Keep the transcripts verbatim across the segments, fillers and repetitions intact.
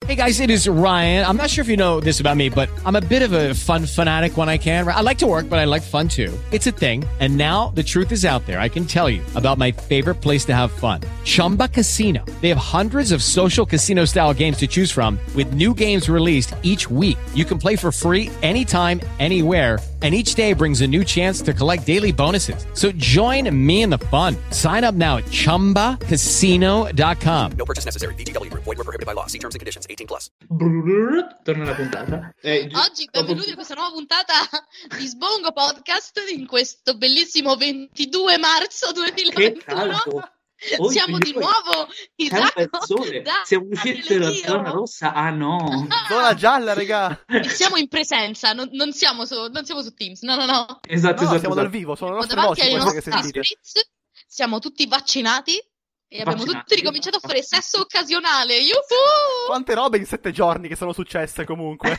Hey guys, it is Ryan. I'm not sure if you know this about me, but I'm a bit of a fun fanatic when I can. I like to work, but I like fun too. It's a thing. And now the truth is out there. I can tell you about my favorite place to have fun. Chumba Casino. They have hundreds of social casino style games to choose from with new games released each week. You can play for free anytime, anywhere. And each day brings a new chance to collect daily bonuses. So join me in the fun. Sign up now at chumba casino dot com. No purchase necessary. V G W Group. Void where prohibited by law. See terms and conditions. eighteen plus. Torna la puntata. Eh, Oggi benvenuti a questa nuova puntata di Sbongo Podcast in questo bellissimo ventidue marzo duemilaventuno. Oh, siamo di nuovo Isacco, sole. da Siamo usciti dalla zona rossa. Ah no, zona gialla, regà. E siamo in presenza, non, non, siamo su, non siamo su Teams. No, no, no. Esatto, no, esatto. Siamo esatto. dal vivo, sono le nostre davanti voci ai queste che nostri sentite. spritz, siamo tutti vaccinati e abbiamo Vaccinati. tutti ricominciato a fare sesso occasionale. Yuhu! Quante robe in sette giorni che sono successe comunque.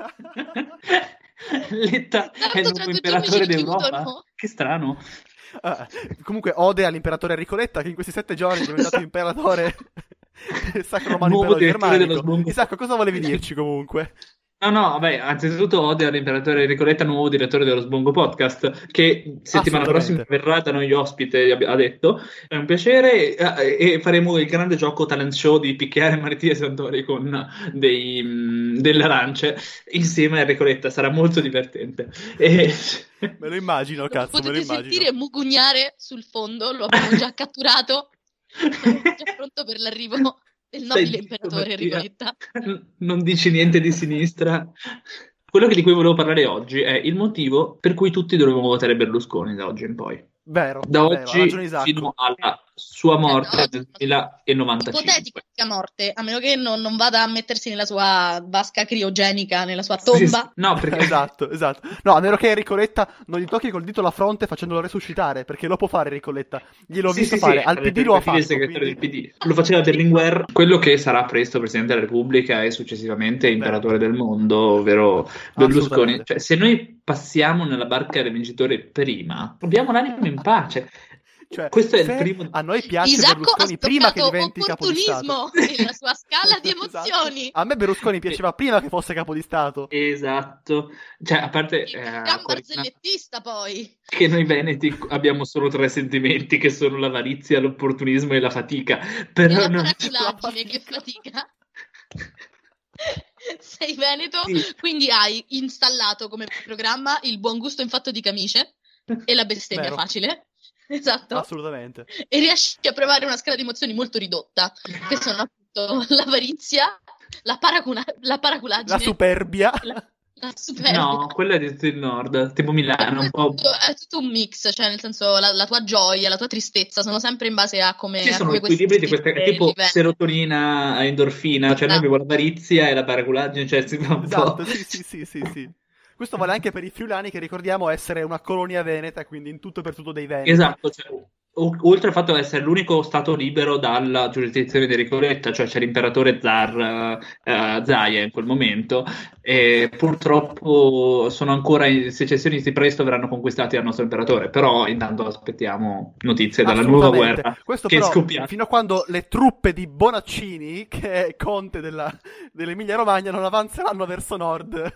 L'età è il nuovo trenta imperatore giorni ci d'Europa. chiudono. Che strano. Uh, comunque ode all'imperatore Enricoletta che in questi sette giorni è diventato imperatore del Sacro Romano Nuovo Impero direttore dello Germanico. Sbongo. Isacco, cosa volevi dirci comunque? No, no, vabbè, anzitutto ode all'imperatore Enricoletta, nuovo direttore dello Sbongo Podcast, che settimana prossima verrà da noi ospite, ha detto. È un piacere eh, e faremo il grande gioco talent show di picchiare Mattia Santori con dei, mh, delle arance insieme a Enricoletta, sarà molto divertente. E... Me lo immagino, cazzo, me lo Potete immagino. sentire mugugnare sul fondo, lo abbiamo già catturato, siamo già pronto per l'arrivo del nobile Stai imperatore zitto, Mattia. Enricoletta. Non dici niente di sinistra. Quello che di cui volevo parlare oggi è il motivo per cui tutti dovremmo votare Berlusconi da oggi in poi. Vero, Da vero, ha oggi ragione Isacco. fino alla sua morte Eh, no, nel duemilanovantacinque. Ipotetica morte, a meno che non, non vada a mettersi nella sua vasca criogenica, nella sua Sì, sì. tomba. No, perché Esatto, esatto. No, a meno che Enricoletta non gli tocchi col dito la fronte facendolo resuscitare, perché lo può fare Enricoletta. Gliel'ho Sì, visto sì, fare, sì, al era P D il lo ha perfilo fatto. segretario quindi- del P D. Lo faceva Berlinguer, quello che sarà presto Presidente della Repubblica e successivamente Imperatore del mondo, ovvero Berlusconi. Assolutamente. Cioè, se noi passiamo nella barca del vincitore prima, abbiamo l'anima in pace. Cioè, Questo è il se primo... a noi piace Isacco ha Berlusconi prima che scoperto diventi capo di Stato. opportunismo nella sua scala di Esatto. emozioni. A me Berlusconi piaceva prima che fosse capo di Stato. Esatto. Cioè, a parte... Il eh, gran Corina, barzellettista poi. che noi veneti abbiamo solo tre sentimenti, che sono l'avarizia, l'opportunismo e la fatica. E Però la non... paraculaggine, che fatica. Sei veneto, Sì. quindi hai installato come programma il buon gusto in fatto di camicie e la bestemmia Vero. facile. Esatto. Assolutamente. E riesci a provare una scala di emozioni molto ridotta, che sono appunto l'avarizia, la, paracula- la paraculaggine, La superbia. la, la superbia. No, quello è di tutto il nord, tipo Milano, un po'... È tutto, è tutto un mix, cioè nel senso la, la tua gioia, la tua tristezza sono sempre in base a come, Ci a sono come questi equilibri di queste, livelli tipo vengono. serotonina, endorfina, cioè noi Esatto. abbiamo l'avarizia e la paraculaggine, cioè si fa un Esatto, po'... sì, sì, sì, sì, sì. Questo vale anche per i friulani che ricordiamo essere una colonia veneta, quindi in tutto e per tutto dei veneti. Esatto, cioè, o- oltre al fatto di essere l'unico stato libero dalla giurisdizione di Enricoletta, cioè c'è l'imperatore zar eh, Zaia in quel momento, e purtroppo sono ancora i secessionisti, presto verranno conquistati dal nostro imperatore, però intanto aspettiamo notizie dalla nuova Assolutamente. guerra Questo che è però scoppiata. fino a quando le truppe di Bonaccini, che è conte della, dell'Emilia Romagna, non avanzeranno verso nord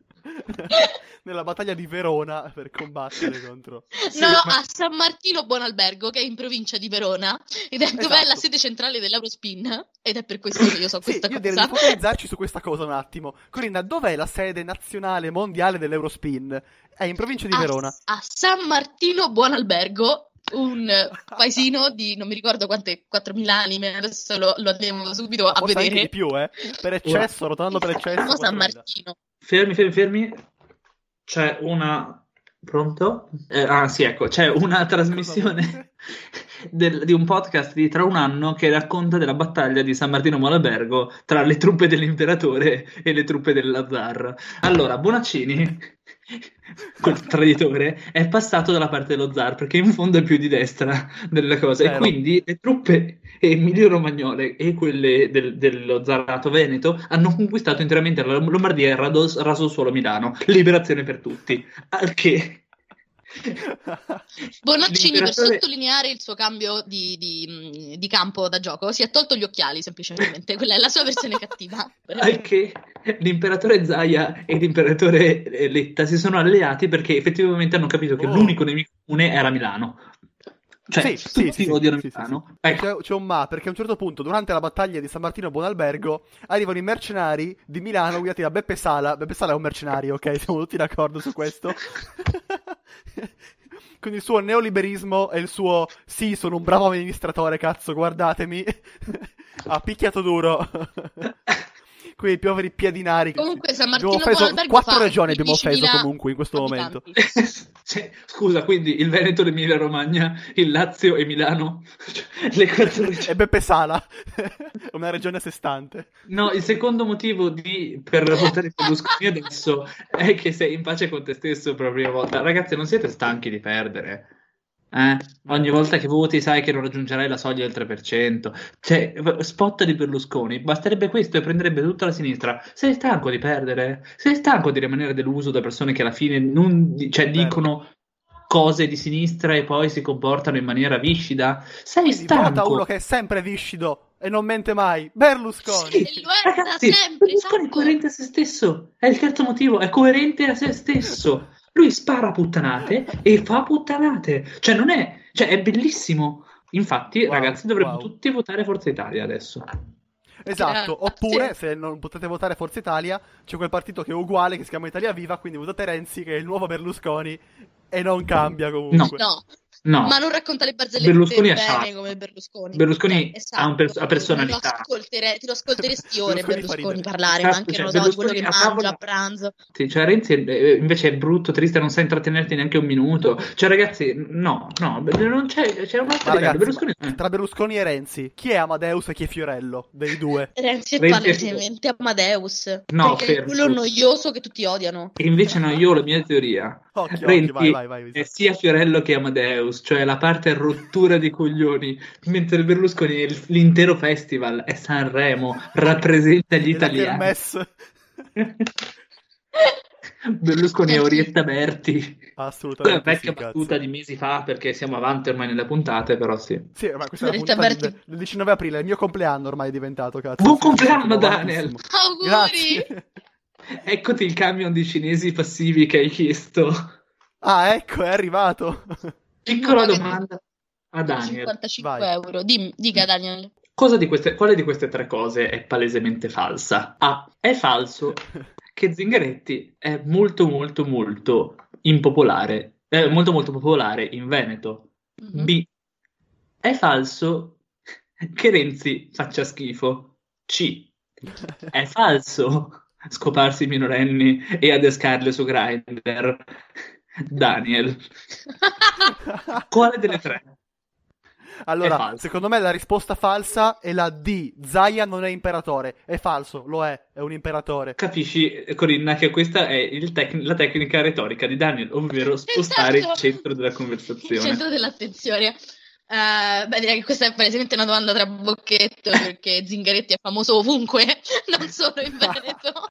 nella battaglia di Verona per combattere contro... No, ma- a San Martino Buonalbergo, che è in provincia di Verona, ed è dov'è Esatto. la sede centrale dell'Eurospin, ed è per questo che io so Sì, questa io direi cosa. di focalizzarci su questa cosa un attimo. Corinna, dov'è la sede nazionale mondiale dell'Eurospin? È in provincia di A, Verona. a San Martino Buonalbergo, un paesino di non mi ricordo quante quattromila anime, adesso lo, lo andiamo subito a Forse anche vedere. di più, eh? Per eccesso, rotando per eccesso. Siamo San quattromila. Martino. Fermi, fermi, fermi. C'è una... Pronto? Eh, ah, sì, ecco, c'è una trasmissione del- di un podcast di tra un anno che racconta della battaglia di San Martino Monabergo tra le truppe dell'imperatore e le truppe del zar. Allora, Bonaccini, quel traditore, è passato dalla parte dello zar perché in fondo è più di destra delle cose, e Vero. quindi le truppe emilio-romagnole e quelle del- dello zarato veneto hanno conquistato interamente la Lombardia e raso, raso solo Milano. Liberazione per tutti. Al che Bonaccini, per L'imperatore- sottolineare il suo cambio di, di- di campo da gioco, si è tolto gli occhiali semplicemente. Quella è la sua versione cattiva. Perché l'imperatore Zaia e l'imperatore eh, Letta si sono alleati perché effettivamente hanno capito che Oh. l'unico nemico comune era Milano. Cioè, Sì, sì, tutti sì, sì, odiano sì, sì, Milano. sì. Ecco, C'è, c'è un ma, perché a un certo punto, durante la battaglia di San Martino Buonalbergo, arrivano i mercenari di Milano guidati da Beppe Sala. Beppe Sala è un mercenario, ok? Siamo tutti d'accordo su questo. Con il suo neoliberismo e il suo sì, sono un bravo amministratore, cazzo, guardatemi. Ha picchiato duro. Quei poveri piedinari. Comunque San Abbiamo Martino offeso Buonalbergo quattro fa regioni abbiamo offeso quindicimila comunque in questo momento. abitanti. cioè, scusa, quindi il Veneto, l'Emilia Romagna, il Lazio e Milano, cioè, le quattro E regioni. Beppe Sala, una regione a sé stante. No, il secondo motivo di, per votare Berlusconi adesso è che sei in pace con te stesso per la prima volta. Ragazzi, non siete stanchi di perdere? Eh? Ogni volta che voti sai che non raggiungerai la soglia del tre per cento. Cioè, spot di Berlusconi, basterebbe questo e prenderebbe tutta la sinistra. Sei stanco di perdere? Sei stanco di rimanere deluso da persone che alla fine non, di- cioè, Vero. dicono cose di sinistra e poi si comportano in maniera viscida? Sei Quindi vota stanco? uno che è sempre viscido e non mente mai. Berlusconi. Sì, E lo è da ragazzi, sempre, Berlusconi è esatto. coerente a se stesso. È il terzo motivo, è coerente a se stesso. Lui spara puttanate e fa puttanate. Cioè, non è... Cioè, è bellissimo. Infatti, Wow, ragazzi, dovremmo wow. tutti votare Forza Italia adesso. Esatto, Grazie. oppure se non potete votare Forza Italia, c'è quel partito che è uguale, che si chiama Italia Viva, quindi votate Renzi, che è il nuovo Berlusconi, e non cambia comunque. No, No. ma non racconta le barzellette Berlusconi è bene sciatto. come Berlusconi. Berlusconi Cioè, ha un pers- esatto. ha personalità. Te lo, ascoltere- te lo ascolteresti ore Berlusconi fa Berlusconi ridere. parlare, ma Esatto, anche cioè, non lo so, di quello Berlusconi che a mangia tavola- a pranzo. Sì, cioè, Renzi eh, invece è brutto, triste, non sa intrattenerti neanche un minuto. Cioè, ragazzi, no, no, non c'è, c'è un'altra Ma livello. ragazzi, Berlusconi ma tra Berlusconi e Renzi, chi è Amadeus e chi è Fiorello dei due? Renzi è Renzi è- palesemente Amadeus. No, perché è fermo. quello noioso che tutti odiano. E invece no, io ho la mia teoria. Occhio, Renzi occhio, vai, vai, vai. è sia Fiorello che Amadeus, cioè la parte rottura di coglioni, mentre Berlusconi è l- l'intero festival, è Sanremo, rappresenta gli E la italiani. kermesse. Berlusconi è Orietta Berti. Quella Assolutamente vecchia sì, cazzo. battuta di mesi fa, perché siamo avanti ormai nelle puntate, però sì. Sì, ma questa è la Rita puntata Berti. del, del diciannove aprile, il mio compleanno ormai è diventato, cazzo. Buon Sì, compleanno, siamo Daniel! avantissimo. Auguri! Grazie. Eccoti il camion di cinesi passivi che hai chiesto. Ah, ecco, è arrivato. Piccola Che- domanda a Daniel. cinquantacinque Vai. euro. Dim- dica Daniel. Cosa di queste, quale di queste tre cose è palesemente falsa? A. È falso che Zingaretti è molto molto molto impopolare, è molto molto popolare in Veneto. Mhm. B. È falso che Renzi faccia schifo. C. È falso scoparsi i minorenni e adescarle su Grindr. Daniel, quale delle tre? È Allora, falso. secondo me la risposta falsa è la D. Zaia non è imperatore. È falso, lo è, è un imperatore. Capisci, Corinna, che questa è il tec- la tecnica retorica di Daniel, ovvero spostare Esatto. il centro della Il conversazione. centro dell'attenzione. Eh, beh, direi che questa è palesemente una domanda tra bocchetto, perché Zingaretti è famoso ovunque, non solo in Veneto.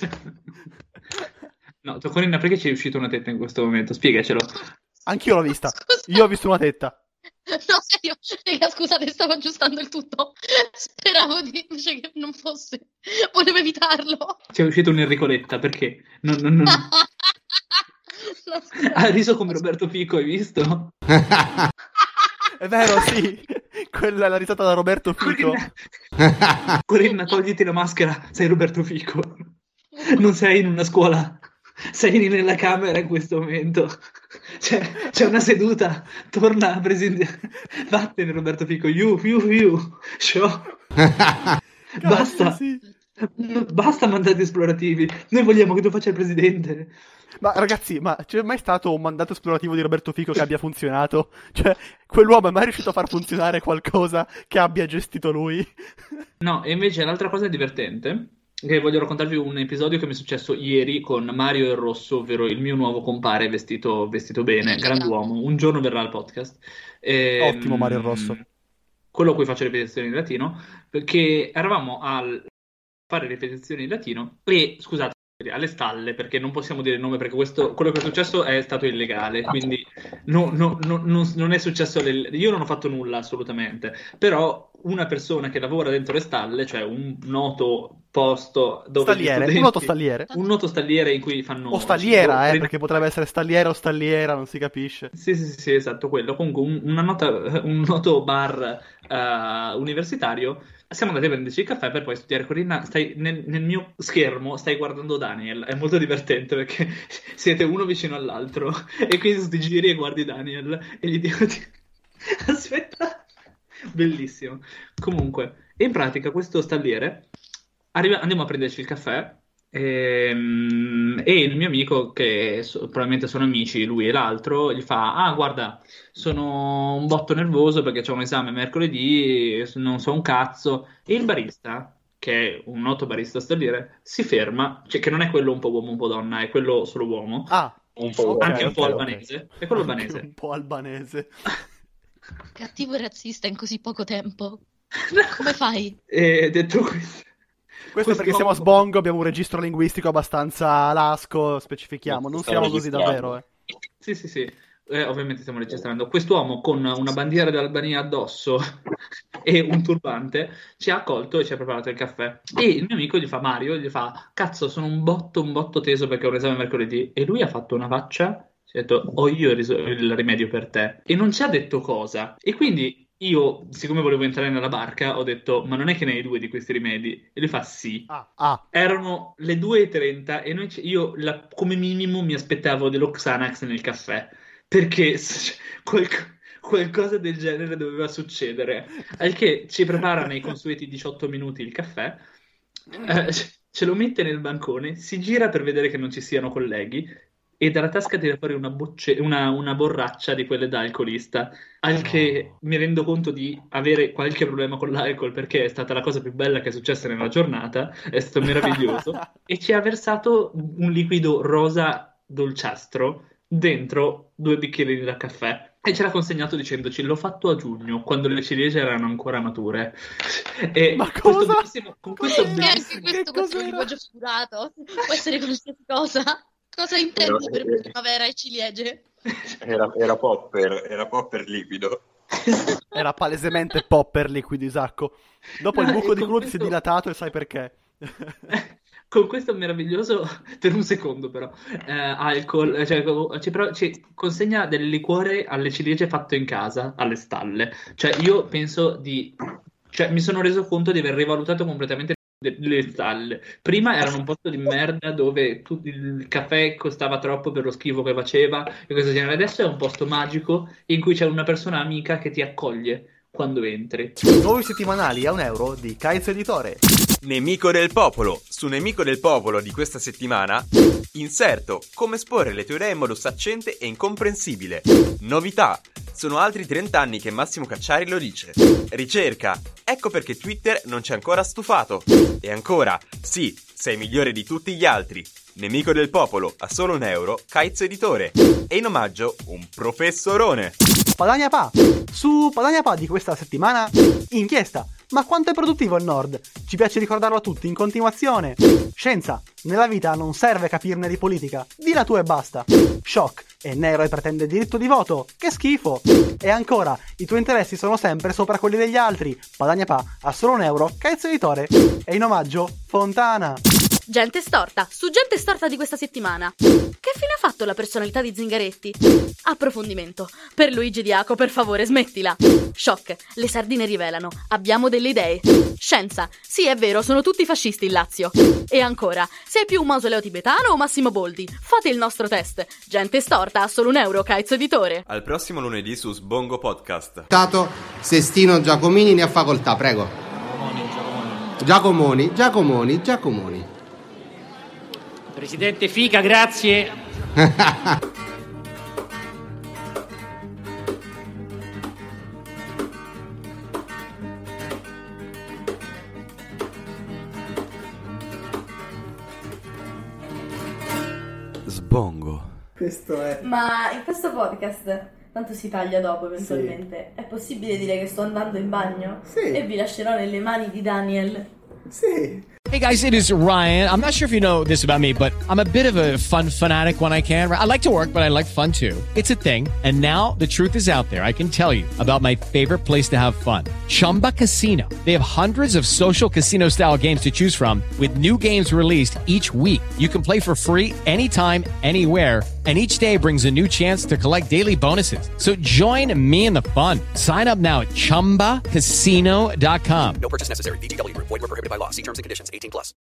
No, tu, Corinna, perché ci è uscita una tetta in questo momento? Spiegacelo. Anch'io l'ho vista. Scusa. Io ho visto una tetta. No, serio, raga, scusate, stavo aggiustando il tutto. Speravo di invece che non fosse. Volevo evitarlo. Ci è uscita un'Enricoletta, perché? Non, non, non... No, scusa. Ha riso come Roberto Fico, hai visto? È vero, sì. Quella è la risata da Roberto Fico. Corinna, Corinna, togliti la maschera, sei Roberto Fico. Non sei in una scuola, sei nella camera in questo momento. C'è, c'è una seduta, torna a presidente. Vattene Roberto Fico, you, you, you. Show. Basta. Cazzo, sì. Basta mandati esplorativi. Noi vogliamo che tu faccia il presidente. Ma ragazzi, ma c'è mai stato un mandato esplorativo di Roberto Fico che abbia funzionato? Cioè, quell'uomo è mai riuscito a far funzionare qualcosa che abbia gestito lui? No, e invece l'altra cosa divertente, che voglio raccontarvi un episodio che mi è successo ieri con Mario il Rosso, ovvero il mio nuovo compare vestito, vestito bene, Mm, grand'uomo. Un giorno verrà al podcast. Ehm, Ottimo Mario il Rosso. Quello a cui faccio ripetizioni in latino, perché eravamo a fare ripetizioni in latino e, scusate, alle stalle, perché non possiamo dire il nome, perché questo, quello che è successo è stato illegale, quindi no, no, no, non, non è successo, le, io non ho fatto nulla assolutamente, però una persona che lavora dentro le stalle, cioè un noto posto dove Stalliere, studenti, un noto stalliere. un noto stalliere in cui fanno O stalliera, cibo, eh, perché potrebbe essere stalliera o stalliera, non si capisce. Sì, sì, sì, sì, esatto, quello. Comunque un, una nota, un noto bar uh, universitario. Siamo andati a prenderci il caffè per poi studiare. Corinna, stai nel, nel mio schermo, stai guardando Daniel. È molto divertente perché siete uno vicino all'altro e quindi tu ti giri e guardi Daniel e gli dico aspetta. Bellissimo. Comunque, in pratica questo stalliere arriva, andiamo a prenderci il caffè. E, e il mio amico, che so- probabilmente sono amici, lui e l'altro, gli fa: Ah, guarda, sono un botto nervoso perché c'ho un esame mercoledì, non so un cazzo. E il barista, che è un noto barista stalliere, si ferma, cioè che non è quello un po' uomo, un po' donna, è quello solo uomo, Ah, Un po' ok, anche un po' ok, albanese, è quello Anche albanese. un po' albanese. Cattivo e razzista in così poco tempo. Come fai? E detto questo, Questo perché siamo a Sbongo, abbiamo un registro linguistico abbastanza lasco, specifichiamo, non Stiamo siamo così registrando. davvero, eh. Sì, sì, sì, eh, ovviamente stiamo registrando. Quest'uomo con una bandiera dell'Albania addosso e un turbante ci ha accolto e ci ha preparato il caffè. E il mio amico gli fa, Mario, gli fa: Cazzo, sono un botto, un botto teso perché ho un esame mercoledì. E lui ha fatto una faccia, ci ha detto: Ho io il, riso- il rimedio per te. E non ci ha detto cosa. E quindi io, siccome volevo entrare nella barca, ho detto: Ma non è che ne hai due di questi rimedi? E lui fa: Sì. Ah, ah. Erano le due e trenta e noi ci- io la- come minimo mi aspettavo dello Xanax nel caffè, perché s- qualc- qualcosa del genere doveva succedere. Al che ci prepara nei consueti diciotto minuti il caffè, eh, ce ce lo mette nel bancone, si gira per vedere che non ci siano colleghi e dalla tasca tira fuori una, bocce- una, una borraccia di quelle da alcolista, al che mi rendo conto di avere qualche problema con l'alcol perché è stata la cosa più bella che è successa nella giornata, è stato meraviglioso, e ci ha versato un liquido rosa dolciastro dentro due bicchierini da caffè e ce l'ha consegnato dicendoci: L'ho fatto a giugno, quando le ciliegie erano ancora mature. E Ma questo cosa? bellissimo- con questo Cos'era? Perché bellissimo- anche questo Che questo cos'era? linguaggio figurato può essere qualsiasi cosa. Cosa intendi Era- per primavera e ciliegie? Era, era popper, era popper liquido. Era palesemente popper liquido, Isacco. Dopo No, il buco e di con culo si è questo- dilatato e sai perché. Con questo meraviglioso, per un secondo però, eh, alcol, cioè, co- ci, pro- ci consegna del liquore alle ciliegie fatto in casa, alle stalle. Cioè io penso di... Cioè mi sono reso conto di aver rivalutato completamente le le stalle. Prima erano un posto di merda dove tu- il caffè costava troppo per lo schifo che faceva e cose del genere. Adesso è un posto magico in cui c'è una persona amica che ti accoglie quando entri. Nuovi settimanali a un euro di Kaizo Editore. Nemico del popolo. Su Nemico del popolo di questa settimana, inserto: come esporre le teorie in modo saccente e incomprensibile. Novità: sono altri trenta anni che Massimo Cacciari lo dice. Ricerca: ecco perché Twitter non ci ha ancora stufato. E ancora: sì, sei migliore di tutti gli altri. Nemico del popolo, a solo un euro, Kaizo Editore. E in omaggio, un professorone. Padania Pa. Su Padania Pa di questa settimana, inchiesta. Ma quanto è produttivo il Nord? Ci piace ricordarlo a tutti in continuazione. Scienza. Nella vita non serve capirne di politica. Di la tua e basta. Shock. E Nero pretende il diritto di voto. Che schifo. E ancora, i tuoi interessi sono sempre sopra quelli degli altri. Padania Pa, a solo un euro, Kaizo Editore. E in omaggio, Fontana. Gente storta, su Gente storta di questa settimana. Che fine ha fatto la personalità di Zingaretti? Approfondimento. Per Luigi Diaco, per favore, smettila. Shock, le sardine rivelano. Abbiamo delle idee. Scienza. Sì, è vero, sono tutti fascisti in Lazio. E ancora, sei più un mausoleo tibetano o Massimo Boldi? Fate il nostro test. Gente storta, a solo un euro, Kaizo Editore. Al prossimo lunedì su Sbongo Podcast. Sestino Giacomini ne ha facoltà, prego. Giacomoni, Giacomoni, Giacomoni. Presidente Fica, grazie. Sbongo. Questo è... Ma in questo podcast, tanto si taglia dopo eventualmente, è possibile dire che sto andando in bagno? Sì. E vi lascerò nelle mani di Daniel. Sì. Hey guys, it is Ryan. I'm not sure if you know this about me, but I'm a bit of a fun fanatic when I can. I like to work, but I like fun too. It's a thing. And now the truth is out there. I can tell you about my favorite place to have fun. Chumba Casino. They have hundreds of social casino style games to choose from with new games released each week. You can play for free anytime, anywhere. And each day brings a new chance to collect daily bonuses. So join me in the fun. Sign up now at chumba casino dot com. No purchase necessary. V G W. Void where prohibited by law. See terms and conditions. eighteen plus.